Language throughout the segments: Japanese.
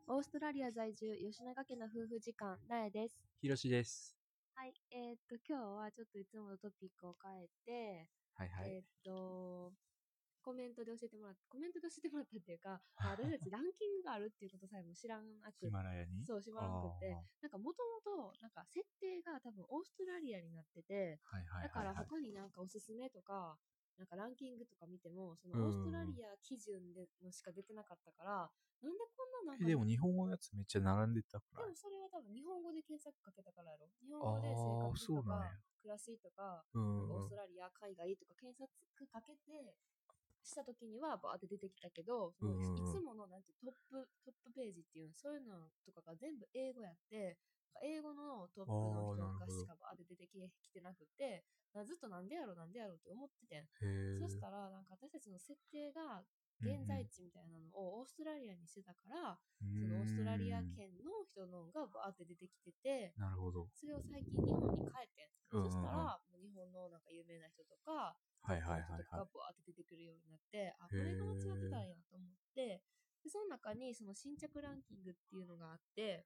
オーストラリア在住、吉永家の夫婦時間、なえです。 ひろしです。 はい、今日はちょっといつものトピックを変えて、 はいはい。 コメントで教えてもらった、っていうか、私たちランキングがあるっていうことさえも知らなく、 ヒマラヤにそう、知らなくて、 あなんかもともと、なんか設定が多分オーストラリアになってて、 あ、はいはいだからはいはい。 他になんかおすすめとか、なんかランキングとか見ても、そうのオーストラん。 リア基準でのしか出てなかったから、なんでこんななんかでも日本語のやつめっちゃ並んでたくない？ でもそれは多分日本語で検索かけたからやろ。日本語で生ああ、 活そうなんや。 とか暮らしとか、 うなんかオーんうん。 ストラリア、海外とか検索かけてした時にはバーって出てきたけど、そうのいんうん。 つものなんてトップページっていうの、そういうのとかが全部英語やって、英語のトップのああ、 人なるほど。 がしかバーって出てきてなくて、ずっとなんでやろって思っててん。 へえ。 そしたら、なんか私たちの設定が現在うん地みたいなのをオーストラリアにしてたから、 うん。 そのオーストラリアうーん。 圏の人のがバーって出てきてて、 なるほど。 それを最近日本に帰ってん。 うんそしたうんうん。 ら、もう日本のなんか有名な人とか、トッはいプはいはいはい。 の人とかがバーって出てくるようになって、あ、 へこれが間違ってたえ。 んやと思って、で、その中にその新着ランキングっていうのがあって、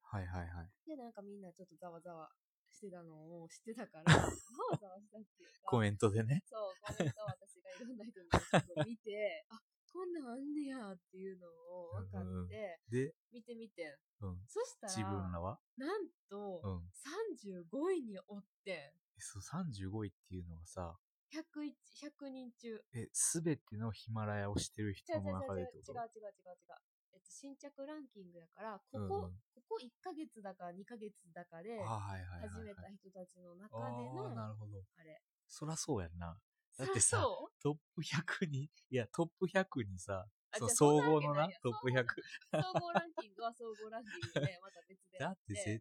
はいはいはい。 で、なんかみんなちょっとざわざわしてたのを知ってたから、ざわざわしたっていうか、 コメントでね。 そう、コメントを私がいろんな人のちょっと見て、あ、こんなんあんねやっていうのを分かっうんうんうん。 て、 で、 見てみてん。 うん。 そした自分ら、 らはなんと、 うん。 35位におってそう、35位っていうのはさ、 ん。100人中。 すべてのヒマラヤをしてる人の中でってこと？ 新着ランキングやから、 うんうん。 ここ1ヶ月だか2ヶ月だかでああ、はいはいはい始めはい。 た人たちの中でああ、 の、 なるほど。 あれ。 そらそうやんな。だそらってさ、 そうトップ100に、いや、トップ100にさ、 あ、 そのじゃあそんな総合のな、 わけないやん。 トップ100。 総合ランキングは総合ランキングでまた別であだって、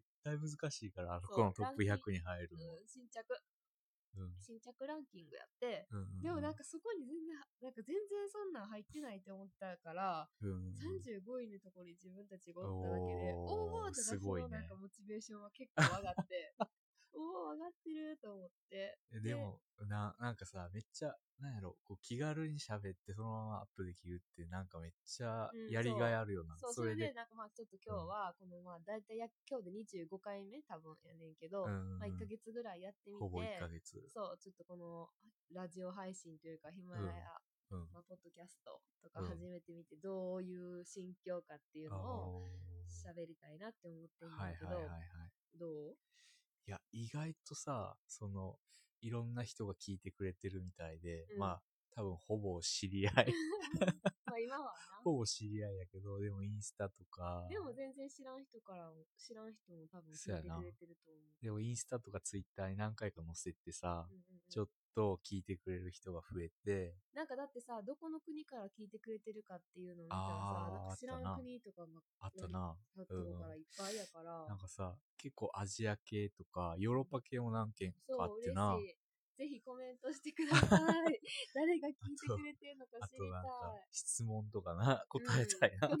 って絶対難しいから、こそう、 のトップ100に入るのは。うん。 新着ランキングやって、 うんでもなんかそこに全然そんなん入ってないって思ったから、 うんうん。うんうん 35位のところに自分たちがうん。 おっただけで、おーおー、 ってすごいね。 私のなんかモチベーションは結構上がって、おー上がってると思って。で、 でも、なんかさ、めっちゃ、なんやろ、こう気軽に喋ってそのままアップできるって、なんかめっちゃうん、 やりがいそう。 あるよな。 そう、そそれで、 れで、なんかまあちょっとうん。 今日は、このまあ大体今日で25回目多分やねんけうんど、まあ1 うんうん。 ヶ月ぐらいやってみほぼ1 て、 ヶ月。 そう、ちょっとこのラジオ配信というかヒマうん。 ラヤ、 うん。 まあ、ポッドキャストとかうん。 始めてみて、どういう心境かっていうあのをー。 喋りたいなって思ってんねはいはいはいんけど、 はい。 どういや、意外とさ、いろんな人が聞いてくれてるみたいで、 うん。 まあ、多分ほぼ知り合い。 まあ今はな。 ほぼ知り合いやけど、でもインスタとか、 でも全然知らん人も多分そやな。 聞いてくれてると思う。 でもインスタとかツイッターに何回か載せてさ、 うんうんうん。 ちょっと聞いてくれる人が増えて、 なんかだってさ、どこの国から聞いてくれてるかっていうのを見たらさ、なんかあ知らんな。 国とかも、 あったな。 とこからいっぱいやから、 なんかさ、結構アジア系とか、ヨーロッパ系も何件かあっそう、 てな。 嬉しい。ぜひコメントしてください。誰が聞いてくあと、 れてるのかあ知りたとなんか、 い。 質問とかな、答えたいうん。 な。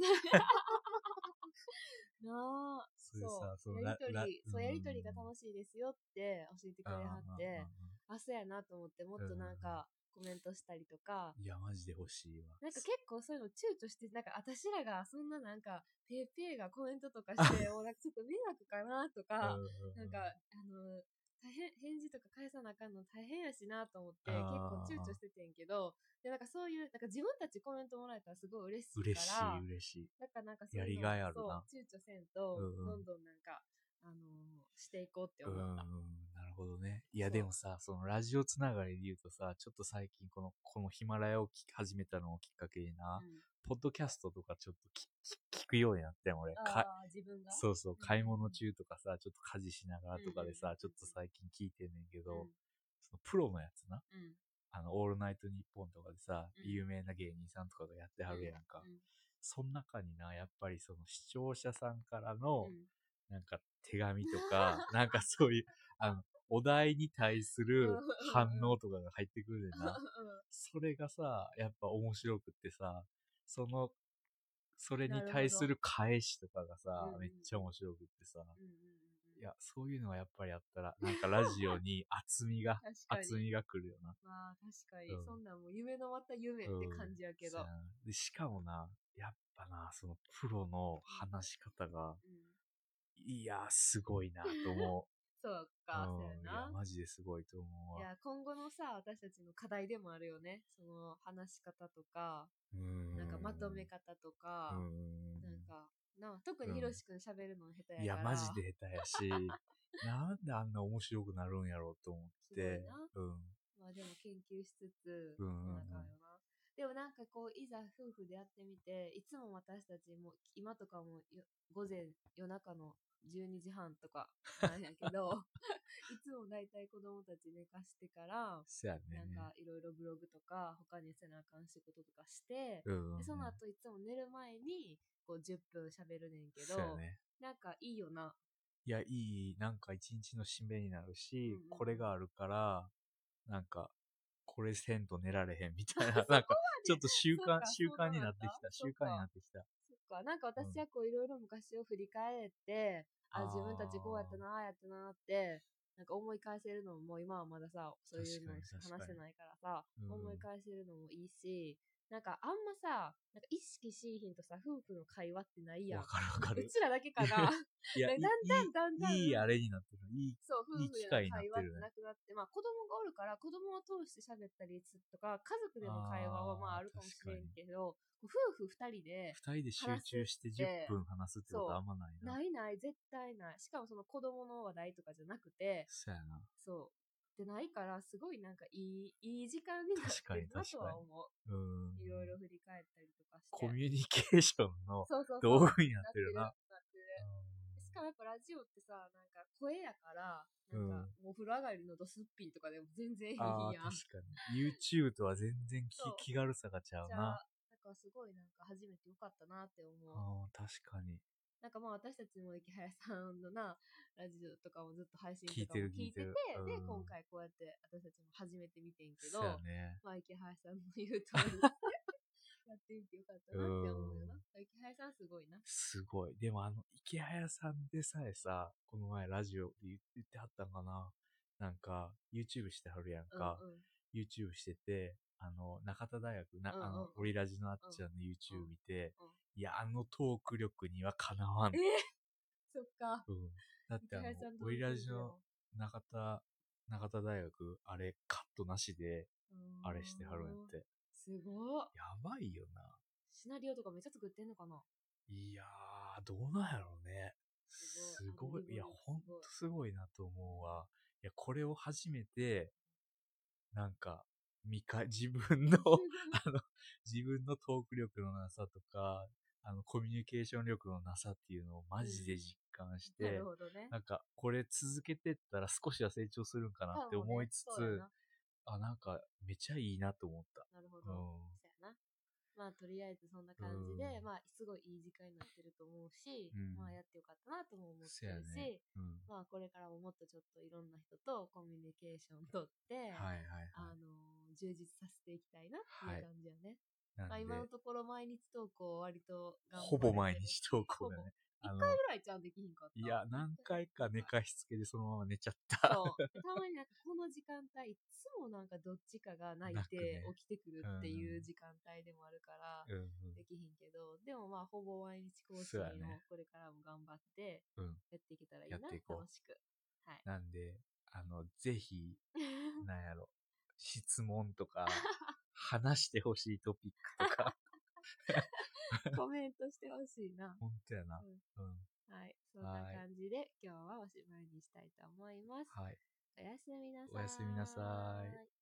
なあ、 それさ、 やりとりが楽しいですよって教えてくれはって、あ、そうやなと思って、もっとなんかコメントしたりとか、 いや、マジで欲しいわ。 なんか結構そういうの躊躇して、なんか私らがそんななんか、ペーペーがコメントとかして、もうなんかちょっと迷惑かなとか、なんか、返事とか返さなあかんの大変やしなと思って、結構躊躇しててんけど、で、なんかそういう、なんか自分たちコメントもらえたらすごい嬉しい嬉しい、 から、 嬉しい。 なんかそうやりいうのを、 がいあるな。 そう、躊躇せんと、 うんうん。 どんどんなんか、していこうってうん、 思った。 なるほどね。いや、 そう。 でもさ、そのラジオつながりで言うとさ、ちょっと最近このヒマラヤを聞き始めたのをきっかけにな、 うん。 ポッドキャストとかちょっと聞くようになってん、俺。 ああ、自分がそうそう、 うん買い物中とかさ、ちょっと家事しながらうんうんとかでさ、ちょっとうん最近聞いてんねんけど、 うんそのプロのやつな。 うんオールナイトニッポンとかでさ、 うん有名な芸人さんとかがやってはるやんか。 うんその中にな、やっぱりその視聴者さんからの、 うんなんか手紙とか、なんかそういう、お題に対するうん反応とかが入ってくるねんな。 うんそれがさ、やっぱ面白くってさ、その、それになるほど。 対する返しとかがさ、 うんうんうんめっちゃ面白くってさ、 うんうんいや、そういうのはやっぱりやったら、なんかラジオに厚みが、 確かに。 厚みが来るよな。 まあ確かに、 うんそんなんもう夢のまた夢って感じやけど。 そうやなで、しかもな、やっぱな、そのプロの話し方が、 うん。 いや、すごいなと思そうう。 か、そうやいや、 な。 マジですごいと思うわ。 いや、今後のさ、私たちの課題でもあるよね。その話し方とか、なんかまとめ方とか、なんか、特にひろしくん喋るの下手いや、 やから。 マジで下手やし、なんであんな面白くなるんやろうと思っすごいて、 な。まあでも研究しつつ、そんな感じよな。でもなんかこう、いざ夫婦でやってみて、いつも私たちも、今とかも午前、夜中の12時半とかなんやけど、いつもだいたい子供たち寝かしてから、 そうやね。 なんかいろいろブログとか、他にせなあかん仕事とかして、でその後いつも寝る前に、こう10分喋るねんけど、 ね、 なんかいいよな。 いや、いい、なんか一日の締めになるし、これがあるから、なんか、これせんと寝られへんみたいな、なんか、ちょっと習慣になってきた。習慣になってきた。 そっか。なんか私はこういろいろ昔を振り返って、自分たちこうやったな、ああやったなって、なんか思い返せるのも、今はまださ、そういうのしか話せないからさ、思い返せるのもいいし、なんかあんまさ、なんか意識しいひんとさ、夫婦の会話ってないやん。 わかるわかる。 うちらだけかな。 いや、 だんだん、 いいあれになってる。 そう、 いい夫婦での機会になっ会話っててるね。 なくなって、まあ子供がおるから、子供を通して喋ったりするとか、家族での会話はまああるかもしれんけど、夫婦二人で集中して10分話すってことはあんまないな。 ないない、絶対ない。しかもその子供の話題とかじゃなくて、 そうやな。 そう。でないから、すごいなんかいい時間になってるなとは思う。いろいろ振り返ったりとかして。 コミュニケーションの道具になってるな。 なってる。しかもやっぱラジオってさ、なんか声やから、なんかお風呂上がりのドスッピンとかでも全然いいやん。 確かに。YouTube とは全然気軽さがちゃうな。 なんかすごいなんか初めてよかったなって思う。 確かに。 なんかまあ私たちも池早さんのラジオとかもずっと配信と聞かも聞いてて、 る。 で、今回こうやって私たちも初めて見てんけど、まあ池早さんの言う通りやってみてよかったなって思うよな。池早さんすごいな。 すごい。でも池早さんでさえさ、この前ラジオで言ってはったんかな。なんか、YouTube してはるやんか。YouTube してて、中田大学、オリラジのあっちゃんの YouTube 見て、いや、トーク力にはかなわん。 そっか。 だってオリラジの中田大学、あれ、カットなしで、あれしてはるんやって。 すごい。 やばいよな。 シナリオとかめっちゃ作ってんのかな。 いやー、どうなんやろうね。すごい。いや、ほんとすごいなと思うわ。いや、これを初めて、なんか、自分の自分のトーク力のなさとか、コミュニケーション力のなさっていうのをマジで実感して、なるほどね。なんか、これ続けてったら少しは成長するんかなって思いつつ、なんか、めちゃいいなと思った。 なるほど。そうやな。まあ、とりあえずそんな感じで、まあ、すごいいい時間になってると思うし、まあ、やってよかったなとも思ってるし、まあ、これからももっとちょっといろんな人とコミュニケーション取って、充実させていきたいなっていう感じやね。まあ、今のところ毎日投稿割と頑張ってる。ほぼ毎日投稿だね。1回ぐらいちゃんできひんかった。 いや、何回か寝かしつけでそのまま寝ちゃった。 そう。たまになんかこの時間帯、いつもなんかどっちかが泣いて起きてくるっていう時間帯でもあるから、できひんけど、でもまあほぼ毎日更新をこれからも頑張ってやっていけたらいいな、楽しく。はい。 なんで、ぜひ、なんやろ、質問とか、話してほしいトピックとか、 コメントしてほしいな。 ほんとやな。 はい。そんな感じで今日はおしまいにしたいと思います。はい。おやすみなさい。 おやすみなさい。